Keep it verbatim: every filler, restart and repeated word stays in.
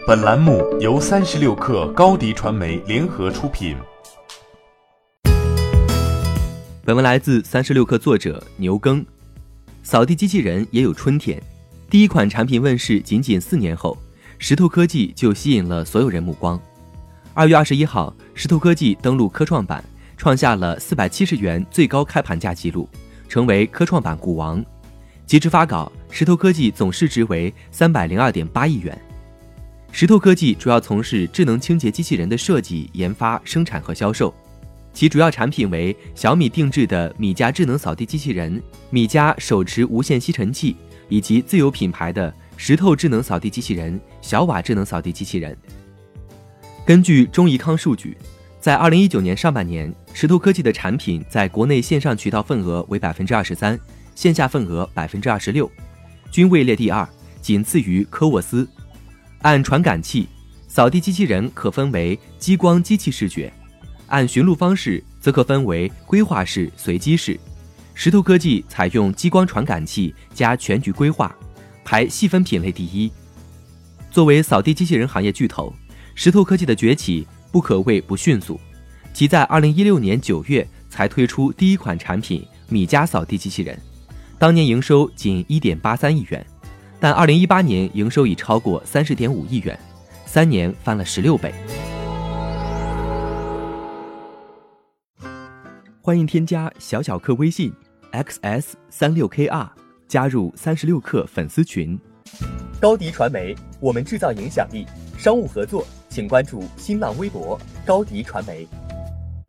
本栏目由三十六氪高迪传媒联合出品。 本文来自三十六氪作者牛耕。扫地机器人也有春天。第一款产品问世仅仅四年后，石头科技就吸引了所有人目光。二月二十一号，石头科技登陆科创板，创下了四百七十元最高开盘价纪录，成为科创板股王。截至发稿，石头科技总市值为三百零二点八亿元。石头科技主要从事智能清洁机器人的设计、研发、生产和销售。其主要产品为小米定制的米家智能扫地机器人、米家手持无线吸尘器，以及自有品牌的石头智能扫地机器人、小瓦智能扫地机器人。根据中怡康数据，在二零一九年上半年，石头科技的产品在国内线上渠道份额为百分之二十三，线下份额百分之二十六，均位列第二，仅次于科沃斯。按传感器，扫地机器人可分为激光机器视觉；按寻路方式，则可分为规划式、随机式。石头科技采用激光传感器加全局规划，排细分品类第一。作为扫地机器人行业巨头，石头科技的崛起不可谓不迅速。其在二零一六年九月才推出第一款产品米家扫地机器人，当年营收仅 一点八三亿元，但二零一八年营收已超过 三十点五亿元，三年翻了十六倍。欢迎添加小小客微信 X S 三六 K R 加入三十六氪粉丝群。高迪传媒，我们制造影响力。商务合作请关注新浪微博高迪传媒。